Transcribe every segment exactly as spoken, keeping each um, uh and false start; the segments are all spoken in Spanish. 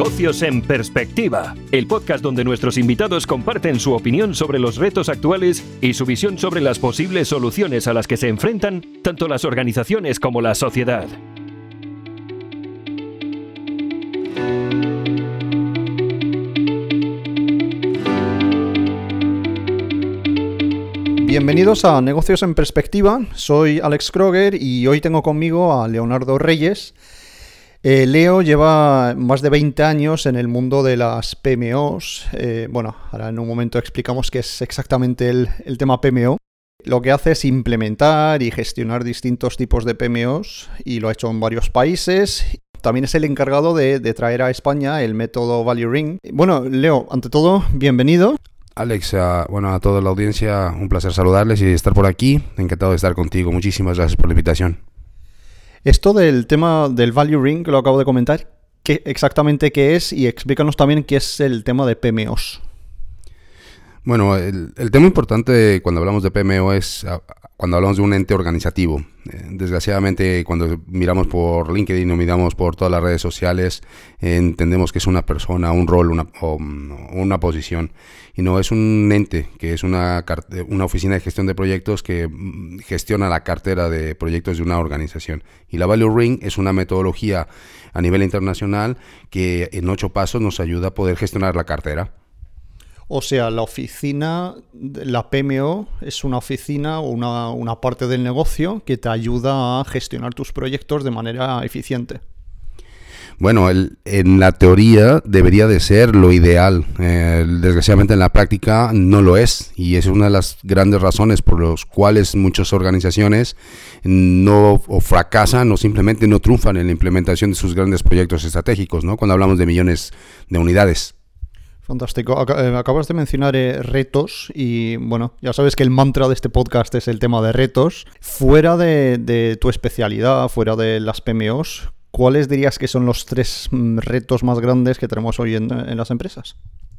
Negocios en Perspectiva, el podcast donde nuestros invitados comparten su opinión sobre los retos actuales y su visión sobre las posibles soluciones a las que se enfrentan tanto las organizaciones como la sociedad. Bienvenidos a Negocios en Perspectiva, soy Alex Kroger y hoy tengo conmigo a Leonardo Reyes. Eh, Leo lleva más de veinte años en el mundo de las P M Os. Eh, bueno, ahora en un momento explicamos qué es exactamente el, el tema P M O. Lo que hace es implementar y gestionar distintos tipos de P M Os y lo ha hecho en varios países. También es el encargado de, de traer a España el método Value Ring. Bueno, Leo, ante todo, bienvenido. Alex, uh, bueno, a toda la audiencia, un placer saludarles y estar por aquí. Encantado de estar contigo. Muchísimas gracias por la invitación. Esto del tema del Value Ring, que lo acabo de comentar, ¿qué exactamente qué es? Y explícanos también qué es el tema de P M Os. Bueno, el, el tema importante cuando hablamos de P M O es uh, cuando hablamos de un ente organizativo. Eh, desgraciadamente, cuando miramos por LinkedIn o miramos por todas las redes sociales, eh, entendemos que es una persona, un rol, una, o, una posición. Y no, es un ente, que es una, una oficina de gestión de proyectos que gestiona la cartera de proyectos de una organización. Y la Value Ring es una metodología a nivel internacional que en ocho pasos nos ayuda a poder gestionar la cartera. O sea, la oficina, la P M O, es una oficina o una, una parte del negocio que te ayuda a gestionar tus proyectos de manera eficiente. Bueno, el, en la teoría debería de ser lo ideal. Eh, desgraciadamente en la práctica no lo es. Y es una de las grandes razones por las cuales muchas organizaciones no o fracasan o simplemente no triunfan en la implementación de sus grandes proyectos estratégicos, ¿no? Cuando hablamos de millones de unidades. Fantástico. Acabas de mencionar eh, retos y, bueno, ya sabes que el mantra de este podcast es el tema de retos. Fuera de, de tu especialidad, fuera de las P M Os, ¿cuáles dirías que son los tres retos más grandes que tenemos hoy en, en las empresas?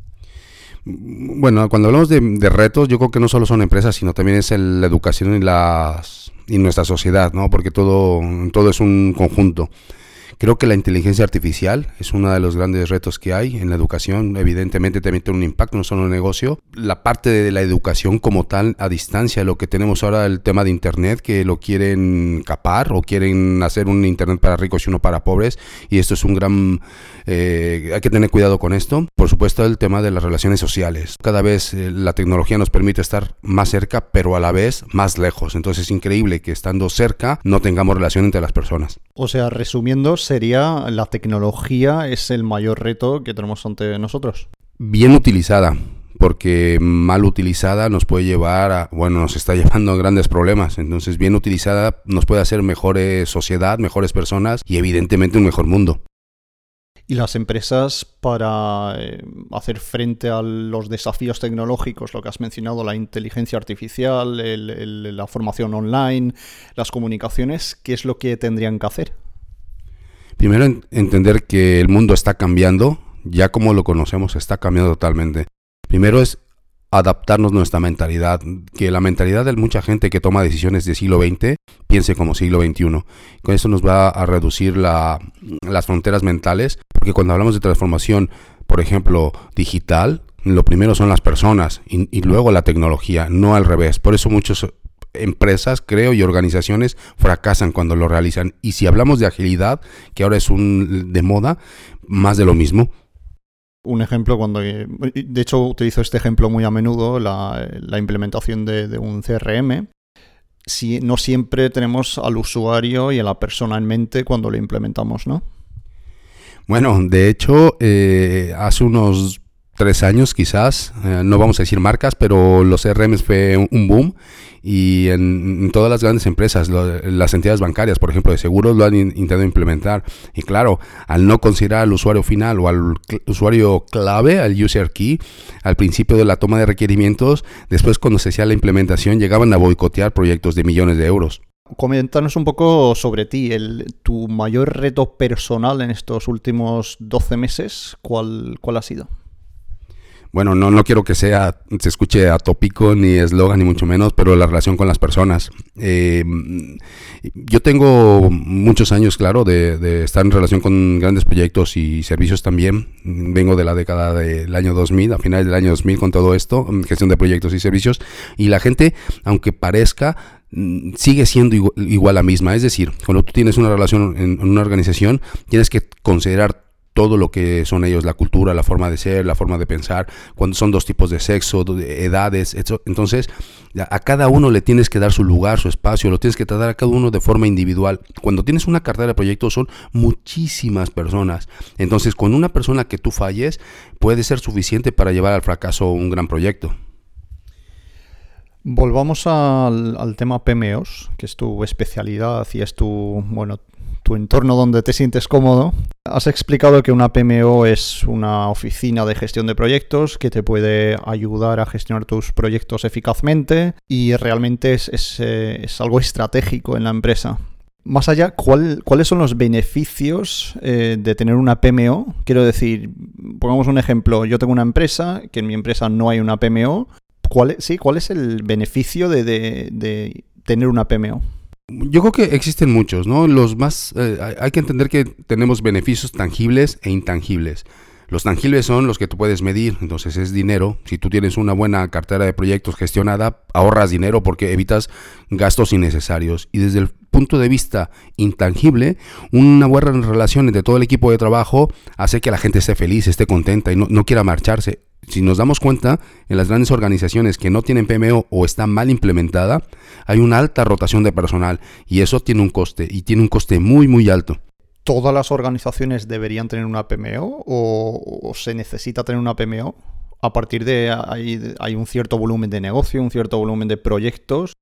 Bueno, cuando hablamos de, de retos, yo creo que no solo son empresas, sino también es el, la educación y, las, y nuestra sociedad, ¿no? Porque todo, todo es un conjunto. Creo que la inteligencia artificial es uno de los grandes retos que hay en la educación. Evidentemente también tiene un impacto, no solo en el negocio. La parte de la educación como tal, a distancia, lo que tenemos ahora, el tema de Internet, que lo quieren capar o quieren hacer un Internet para ricos y uno para pobres. Y esto es un gran... Eh, hay que tener cuidado con esto. Por supuesto, el tema de las relaciones sociales. Cada vez eh, la tecnología nos permite estar más cerca, pero a la vez más lejos. Entonces es increíble que estando cerca no tengamos relación entre las personas. O sea, resumiendo, sería la tecnología es el mayor reto que tenemos ante nosotros. Bien utilizada, porque mal utilizada nos puede llevar a, bueno, nos está llevando a grandes problemas. Entonces, bien utilizada nos puede hacer mejores sociedad, mejores personas y evidentemente un mejor mundo. Y las empresas, para eh, hacer frente a los desafíos tecnológicos, lo que has mencionado, la inteligencia artificial, el, el, la formación online, las comunicaciones, ¿qué es lo que tendrían que hacer? Primero, en, entender que el mundo está cambiando, ya como lo conocemos, está cambiando totalmente. Primero es adaptarnos nuestra mentalidad, que la mentalidad de mucha gente que toma decisiones de siglo veinte piense como siglo veintiuno. Con eso nos va a reducir la, las fronteras mentales, porque cuando hablamos de transformación, por ejemplo, digital, lo primero son las personas y, y luego la tecnología, no al revés. Por eso muchas empresas, creo, y organizaciones fracasan cuando lo realizan. Y si hablamos de agilidad, que ahora es un de moda, más de lo mismo. Un ejemplo, cuando de hecho utilizo este ejemplo muy a menudo, la, la implementación de, de un C R M. Si, no siempre tenemos al usuario y a la persona en mente cuando lo implementamos, ¿no? Bueno, de hecho, eh, hace unos tres años quizás, eh, no vamos a decir marcas, pero los C R Ms fue un, un boom y en, en todas las grandes empresas, lo, las entidades bancarias, por ejemplo, de seguros lo han in, intentado implementar. Y claro, al no considerar al usuario final o al cl- usuario clave, al user key, al principio de la toma de requerimientos, después cuando se hacía la implementación llegaban a boicotear proyectos de millones de euros. Coméntanos un poco sobre ti, el, tu mayor reto personal en estos últimos doce meses, ¿cuál, cuál ha sido? bueno, no, no quiero que sea, se escuche atópico, ni eslogan, ni mucho menos, pero la relación con las personas. Eh, yo tengo muchos años, claro, de, de estar en relación con grandes proyectos y servicios también. Vengo de la década del año dos mil, a finales del año dos mil con todo esto, gestión de proyectos y servicios, y la gente, aunque parezca, sigue siendo igual, igual la misma. Es decir, cuando tú tienes una relación en, en una organización, tienes que considerar todo lo que son ellos, la cultura, la forma de ser, la forma de pensar, cuando son dos tipos de sexo, de edades, eso. Entonces a cada uno le tienes que dar su lugar, su espacio, lo tienes que tratar a cada uno de forma individual. Cuando tienes una cartera de proyectos son muchísimas personas, entonces con una persona que tú falles puede ser suficiente para llevar al fracaso un gran proyecto. Volvamos al, al tema P M Os, que es tu especialidad y es tu, bueno, tu entorno donde te sientes cómodo. Has explicado que una P M O es una oficina de gestión de proyectos que te puede ayudar a gestionar tus proyectos eficazmente y realmente es, es, es algo estratégico en la empresa. Más allá, ¿cuál, ¿cuáles son los beneficios eh, de tener una P M O? Quiero decir, pongamos un ejemplo. Yo tengo una empresa, que en mi empresa no hay una P M O. ¿Cuál es, sí, ¿cuál es el beneficio de, de, de tener una P M O? Yo creo que existen muchos, ¿no? Los más, eh, hay que entender que tenemos beneficios tangibles e intangibles. Los tangibles son los que tú puedes medir, entonces es dinero. Si tú tienes una buena cartera de proyectos gestionada, ahorras dinero porque evitas gastos innecesarios. Y desde el punto de vista intangible, una buena relación entre todo el equipo de trabajo hace que la gente esté feliz, esté contenta y no, no quiera marcharse. Si nos damos cuenta, en las grandes organizaciones que no tienen P M O o está mal implementada, hay una alta rotación de personal y eso tiene un coste, y tiene un coste muy, muy alto. ¿Todas las organizaciones deberían tener una P M O o, o se necesita tener una P M O? A partir de hay, hay un cierto volumen de negocio, un cierto volumen de proyectos,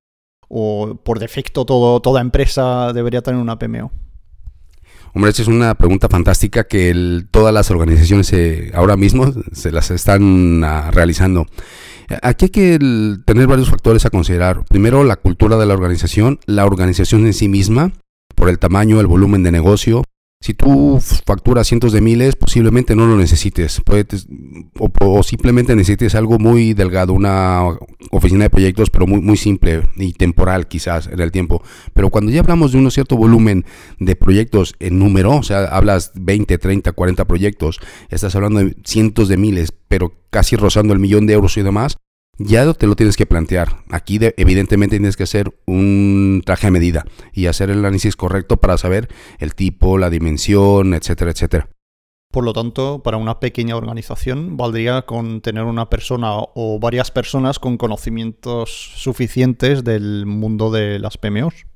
o por defecto todo, toda empresa debería tener una P M O. Hombre, esta es una pregunta fantástica que el, todas las organizaciones se, ahora mismo se las están uh, realizando. Aquí hay que el, tener varios factores a considerar. Primero, la cultura de la organización, la organización en sí misma, por el tamaño, el volumen de negocio. Si tú facturas cientos de miles, posiblemente no lo necesites. Puedes, o, o simplemente necesites algo muy delgado, una oficina de proyectos, pero muy, muy simple y temporal quizás en el tiempo. Pero cuando ya hablamos de un cierto volumen de proyectos en número, o sea, hablas veinte, treinta, cuarenta proyectos, estás hablando de cientos de miles, pero casi rozando el millón de euros y demás, ya te lo tienes que plantear. Aquí de, evidentemente tienes que hacer un traje a medida y hacer el análisis correcto para saber el tipo, la dimensión, etcétera, etcétera. Por lo tanto, para una pequeña organización valdría con tener una persona o varias personas con conocimientos suficientes del mundo de las P M Os.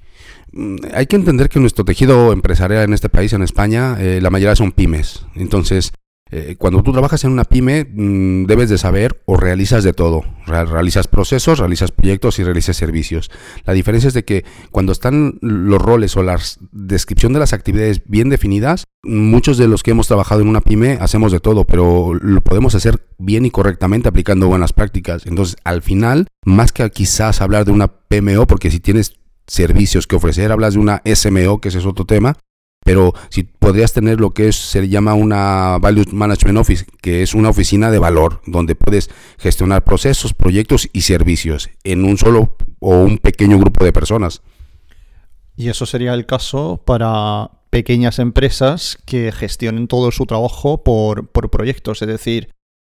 Hay que entender que nuestro tejido empresarial en este país, en España, eh, la mayoría son pymes. Entonces, Eh, cuando tú trabajas en una pyme, mmm, debes de saber o realizas de todo. Re- realizas procesos, realizas proyectos y realizas servicios. La diferencia es de que cuando están los roles o la descripción de las actividades bien definidas, muchos de los que hemos trabajado en una pyme hacemos de todo, pero lo podemos hacer bien y correctamente aplicando buenas prácticas. Entonces, al final, más que quizás hablar de una P M O, porque si tienes servicios que ofrecer, hablas de una S M O, que ese es otro tema. Pero si podrías tener lo que es, se llama una Value Management Office, que es una oficina de valor, donde puedes gestionar procesos, proyectos y servicios en un solo o un pequeño grupo de personas. Y eso sería el caso para pequeñas empresas que gestionen todo su trabajo por, por proyectos. Es decir,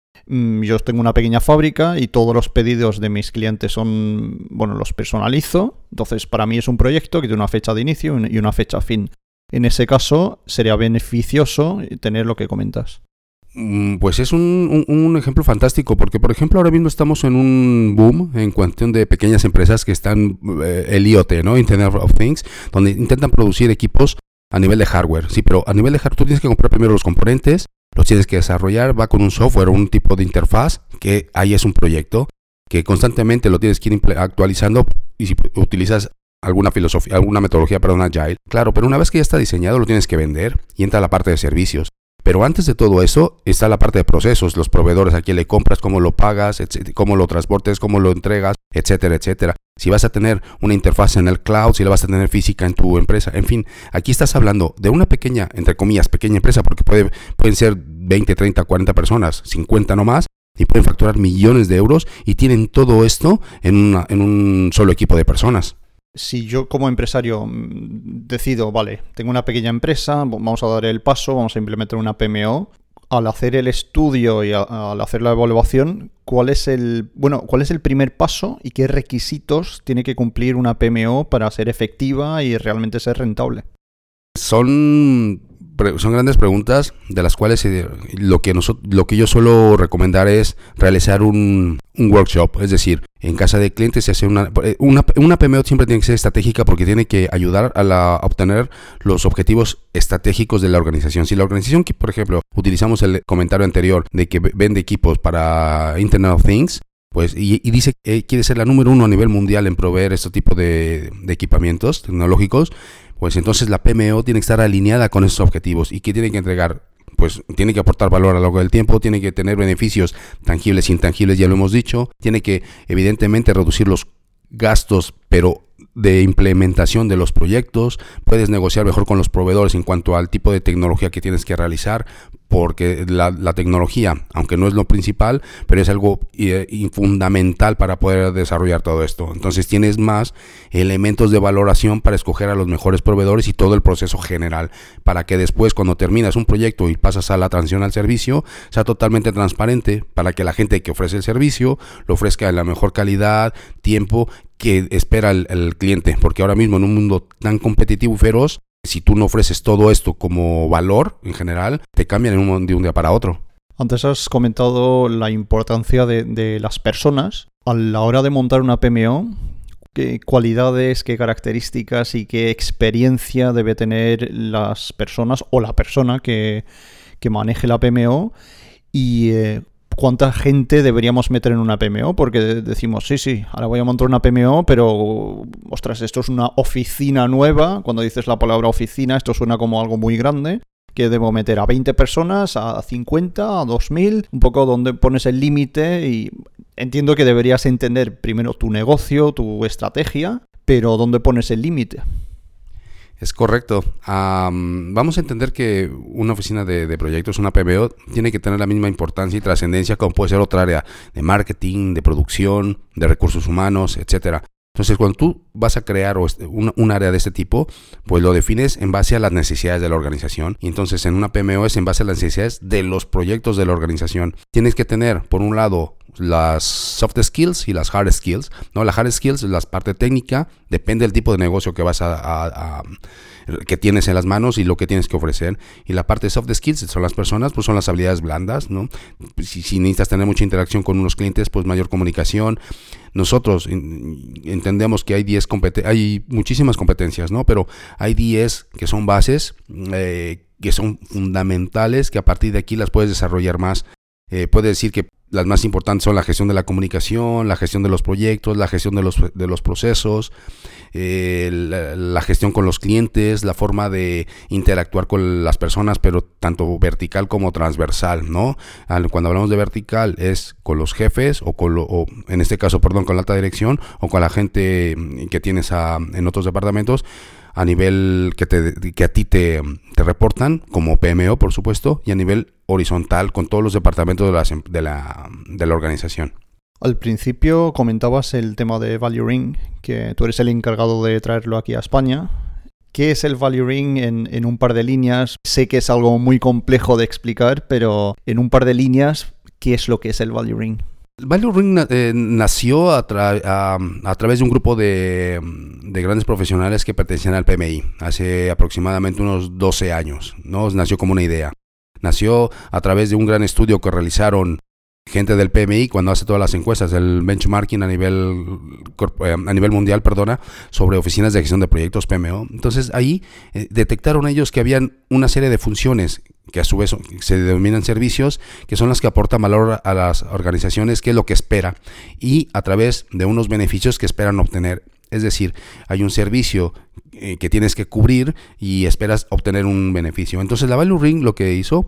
yo tengo una pequeña fábrica y todos los pedidos de mis clientes son, bueno, los personalizo. Entonces, para mí es un proyecto que tiene una fecha de inicio y una fecha fin. En ese caso, sería beneficioso tener lo que comentas. Pues es un, un, un ejemplo fantástico, porque por ejemplo ahora mismo estamos en un boom en cuestión de pequeñas empresas que están, eh, el I O T, ¿no? Internet of Things, donde intentan producir equipos a nivel de hardware. Sí, pero a nivel de hardware tú tienes que comprar primero los componentes, los tienes que desarrollar, va con un software o un tipo de interfaz, que ahí es un proyecto, que constantemente lo tienes que ir actualizando, y si utilizas alguna filosofía, alguna metodología, perdón, Agile. Claro, pero una vez que ya está diseñado lo tienes que vender y entra la parte de servicios. Pero antes de todo eso está la parte de procesos, los proveedores, a quién le compras, cómo lo pagas, etcétera, cómo lo transportes, cómo lo entregas, etcétera, etcétera. Si vas a tener una interfaz en el cloud, si la vas a tener física en tu empresa, en fin, aquí estás hablando de una pequeña, entre comillas, pequeña empresa, porque puede, pueden ser veinte, treinta, cuarenta personas, cincuenta no más, y pueden facturar millones de euros y tienen todo esto en, una, en un solo equipo de personas. Si yo como empresario decido, vale, tengo una pequeña empresa, vamos a dar el paso, vamos a implementar una P M O, al hacer el estudio y a, al hacer la evaluación, ¿cuál es el bueno, cuál es el primer paso y qué requisitos tiene que cumplir una P M O para ser efectiva y realmente ser rentable? Son, son grandes preguntas de las cuales eh, lo, que nosotros, lo que yo suelo recomendar es realizar un, un workshop, es decir, en casa de clientes se hace una, una, una P M O siempre tiene que ser estratégica porque tiene que ayudar a, la, a obtener los objetivos estratégicos de la organización. Si la organización, que por ejemplo, utilizamos el comentario anterior de que vende equipos para Internet of Things, pues y, y dice que quiere ser la número uno a nivel mundial en proveer este tipo de, de equipamientos tecnológicos, pues entonces la P M O tiene que estar alineada con esos objetivos. ¿Y qué tiene que entregar? Pues tiene que aportar valor a lo largo del tiempo, tiene que tener beneficios tangibles e intangibles, ya lo hemos dicho, tiene que evidentemente reducir los gastos, pero de implementación de los proyectos, puedes negociar mejor con los proveedores en cuanto al tipo de tecnología que tienes que realizar, porque la, la tecnología, aunque no es lo principal, pero es algo eh, fundamental para poder desarrollar todo esto. Entonces tienes más elementos de valoración para escoger a los mejores proveedores y todo el proceso general, para que después cuando terminas un proyecto y pasas a la transición al servicio, sea totalmente transparente, para que la gente que ofrece el servicio lo ofrezca en la mejor calidad, tiempo que espera el, el cliente, porque ahora mismo en un mundo tan competitivo y feroz, si tú no ofreces todo esto como valor en general, te cambian en un, de un día para otro. Antes has comentado la importancia de, de las personas. A la hora de montar una P M O, ¿qué cualidades, qué características y qué experiencia debe tener las personas o la persona que, que maneje la P M O? Y eh, ¿cuánta gente deberíamos meter en una P M O? Porque decimos, sí, sí, ahora voy a montar una P M O, pero, ostras, esto es una oficina nueva. Cuando dices la palabra oficina, esto suena como algo muy grande. Que debo meter a veinte personas, a cincuenta, a dos mil, un poco donde pones el límite. Y entiendo que deberías entender primero tu negocio, tu estrategia, pero ¿dónde pones el límite? Es correcto. Um, vamos a entender que una oficina de, de proyectos, una P M O, tiene que tener la misma importancia y trascendencia como puede ser otra área de marketing, de producción, de recursos humanos, etcétera. Entonces, cuando tú vas a crear un, un área de este tipo, pues lo defines en base a las necesidades de la organización. Y entonces, en una P M O es en base a las necesidades de los proyectos de la organización. Tienes que tener, por un lado, las soft skills y las hard skills, ¿no? La hard skills es la parte técnica, depende del tipo de negocio que vas a, a, a que tienes en las manos y lo que tienes que ofrecer. Y la parte de soft skills son las personas, pues son las habilidades blandas, ¿no? Si, si necesitas tener mucha interacción con unos clientes, pues mayor comunicación. Nosotros en, entendemos que hay diez competen- hay muchísimas competencias, ¿no? Pero hay diez que son bases, eh, que son fundamentales, que a partir de aquí las puedes desarrollar más. Eh, puedes decir que las más importantes son la gestión de la comunicación, la gestión de los proyectos, la gestión de los, de los procesos, eh, la, la gestión con los clientes, la forma de interactuar con las personas, pero tanto vertical como transversal, ¿no? Cuando hablamos de vertical es con los jefes o con lo, o en este caso, perdón, con la alta dirección o con la gente que tienes a, en otros departamentos, a nivel que, te, que a ti te, te reportan como P M O, por supuesto, y a nivel horizontal con todos los departamentos de la, de la, de la organización. Al principio comentabas el tema de Value Ring, que tú eres el encargado de traerlo aquí a España. ¿Qué es el Value Ring en, en un par de líneas? Sé que es algo muy complejo de explicar, pero en un par de líneas, ¿qué es lo que es el Value Ring? El Value Ring eh, nació a, tra- a, a través de un grupo de, de grandes profesionales que pertenecían al P M I hace aproximadamente unos doce años, ¿no? Nació como una idea. Nació a través de un gran estudio que realizaron gente del P M I cuando hace todas las encuestas, el benchmarking a nivel a nivel mundial, perdona, sobre oficinas de gestión de proyectos P M O. Entonces ahí eh, detectaron ellos que habían una serie de funciones que a su vez se denominan servicios, que son las que aportan valor a las organizaciones, que es lo que espera, y a través de unos beneficios que esperan obtener. Es decir, hay un servicio eh, que tienes que cubrir y esperas obtener un beneficio. Entonces la Value Ring lo que hizo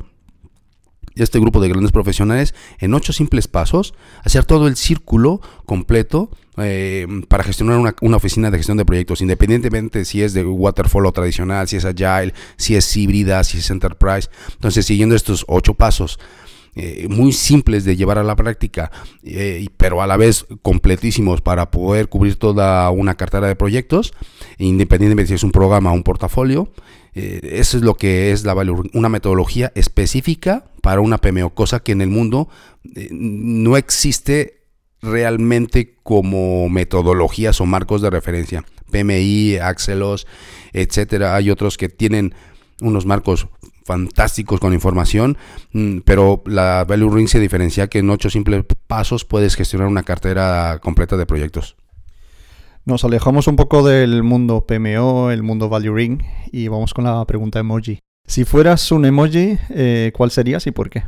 este grupo de grandes profesionales, en ocho simples pasos, hacer todo el círculo completo eh, para gestionar una, una oficina de gestión de proyectos, independientemente si es de waterfall o tradicional, si es agile, si es híbrida, si es enterprise. Entonces, siguiendo estos ocho pasos, eh, muy simples de llevar a la práctica, eh, pero a la vez completísimos para poder cubrir toda una cartera de proyectos, independientemente si es un programa o un portafolio. Eh, eso es lo que es la Value Ring, una metodología específica para una P M O, cosa que en el mundo eh, no existe realmente como metodologías o marcos de referencia. P M I, Axelos, etcétera. Hay otros que tienen unos marcos fantásticos con información, pero la Value Ring se diferencia que en ocho simples pasos puedes gestionar una cartera completa de proyectos. Nos alejamos un poco del mundo P M O, el mundo Value Ring, y vamos con la pregunta emoji. Si fueras un emoji, eh, ¿cuál serías y por qué?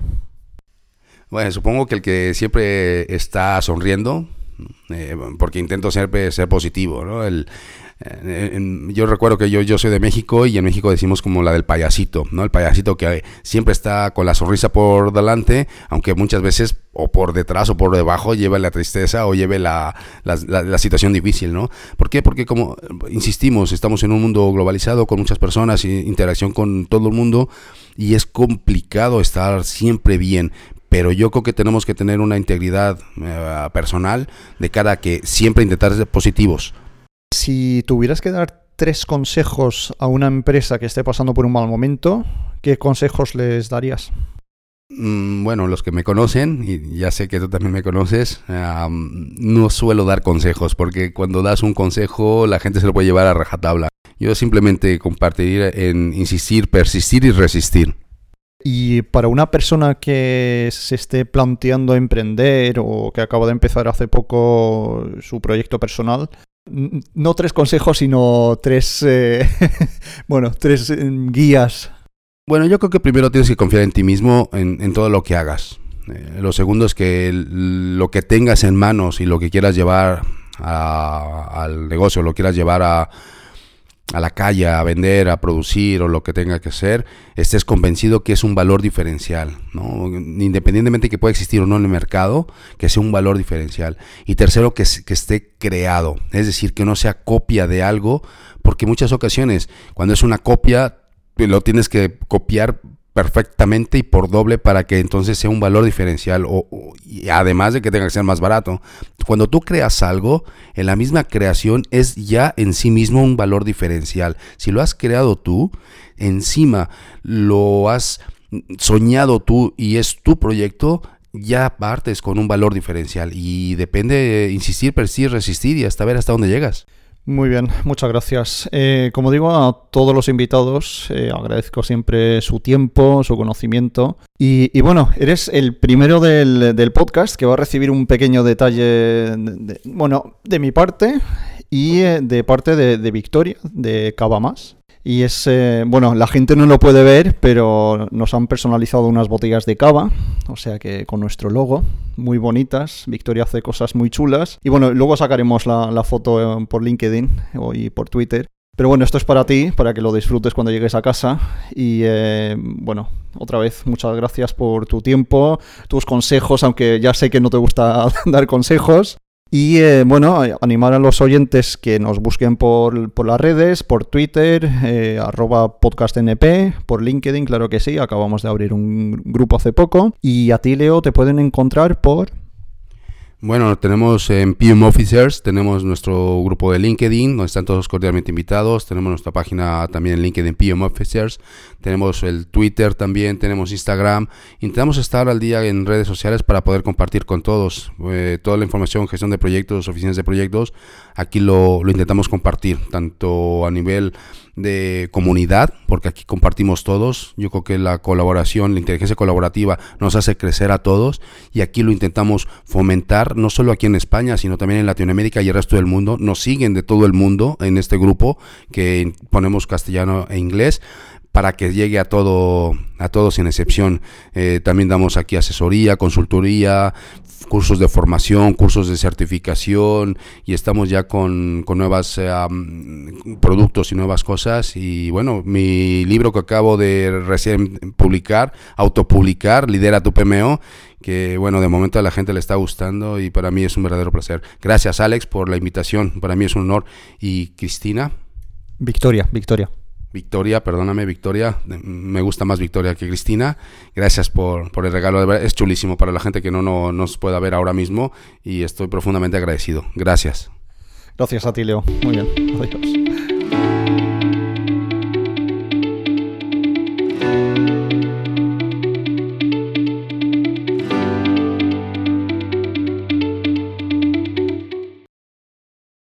Bueno, supongo que el que siempre está sonriendo, eh, porque intento siempre ser positivo, ¿no? El, eh, en, yo recuerdo que yo, yo soy de México y en México decimos como la del payasito, ¿no? El payasito que siempre está con la sonrisa por delante, aunque muchas veces o por detrás o por debajo lleve la tristeza o lleve la, la, la, la situación difícil, ¿no? ¿Por qué? Porque como insistimos, estamos en un mundo globalizado con muchas personas y interacción con todo el mundo y es complicado estar siempre bien. Pero yo creo que tenemos que tener una integridad eh, personal de cara a que siempre intentar ser positivos. Si tuvieras que dar tres consejos a una empresa que esté pasando por un mal momento, ¿qué consejos les darías? Mm, bueno, los que me conocen, y ya sé que tú también me conoces, um, no suelo dar consejos, porque cuando das un consejo la gente se lo puede llevar a rajatabla. Yo simplemente compartiría en insistir, persistir y resistir. Y para una persona que se esté planteando emprender o que acaba de empezar hace poco su proyecto personal, no tres consejos, sino tres, eh, bueno, tres guías. Bueno, yo creo que primero tienes que confiar en ti mismo, en, en todo lo que hagas. Eh, lo segundo es que el, lo que tengas en manos y lo que quieras llevar a, al negocio, lo quieras llevar a... a la calle, a vender, a producir o lo que tenga que ser, estés convencido que es un valor diferencial, ¿no? Independientemente que pueda existir o no en el mercado, que sea un valor diferencial. Y tercero, que, que esté creado, es decir, que no sea copia de algo, porque en muchas ocasiones, cuando es una copia, lo tienes que copiar perfectamente y por doble para que entonces sea un valor diferencial o, o, y además de que tenga que ser más barato. Cuando tú creas algo, en la misma creación es ya en sí mismo un valor diferencial. Si lo has creado tú, encima lo has soñado tú y es tu proyecto, ya partes con un valor diferencial y depende de insistir, persistir, resistir y hasta ver hasta dónde llegas. Muy bien, muchas gracias. Eh, como digo a todos los invitados, eh, agradezco siempre su tiempo, su conocimiento. Y, y bueno, eres el primero del, del podcast que va a recibir un pequeño detalle, de, de, bueno, de mi parte y eh, de parte de, de Victoria, de Cava Más. Y es, eh, bueno, la gente no lo puede ver, pero nos han personalizado unas botellas de cava, o sea que con nuestro logo, muy bonitas. Victoria hace cosas muy chulas. Y bueno, luego sacaremos la, la foto por LinkedIn y por Twitter. Pero bueno, esto es para ti, para que lo disfrutes cuando llegues a casa. Y eh, bueno, otra vez, muchas gracias por tu tiempo, tus consejos, aunque ya sé que no te gusta dar consejos. Y eh, bueno, animar a los oyentes que nos busquen por, por las redes, por Twitter, eh, arroba podcastnp, por LinkedIn, claro que sí, acabamos de abrir un grupo hace poco. Y a ti, Leo, te pueden encontrar por... Bueno, tenemos en P M Officers, tenemos nuestro grupo de LinkedIn, donde están todos cordialmente invitados, tenemos nuestra página también en LinkedIn, P M Officers, tenemos el Twitter también, tenemos Instagram, intentamos estar al día en redes sociales para poder compartir con todos, eh, toda la información, gestión de proyectos, oficinas de proyectos, aquí lo, lo intentamos compartir, tanto a nivel de comunidad, porque aquí compartimos todos. Yo creo que la colaboración, la inteligencia colaborativa nos hace crecer a todos y aquí lo intentamos fomentar, no solo aquí en España, sino también en Latinoamérica y el resto del mundo. Nos siguen de todo el mundo en este grupo que ponemos castellano e inglés para que llegue a todo, a todos sin excepción. Eh, también damos aquí asesoría, consultoría, cursos de formación, cursos de certificación y estamos ya con, con nuevos eh, um, productos y nuevas cosas. Y bueno, mi libro que acabo de recién publicar, autopublicar, Lidera tu P M O, que bueno, de momento a la gente le está gustando y para mí es un verdadero placer. Gracias, Alex, por la invitación, para mí es un honor. Y Cristina. Victoria, Victoria. Victoria, perdóname, Victoria, me gusta más Victoria que Cristina. Gracias por, por el regalo, de verdad, es chulísimo para la gente que no, no nos pueda ver ahora mismo y estoy profundamente agradecido. Gracias. Gracias a ti, Leo. Muy bien, adiós.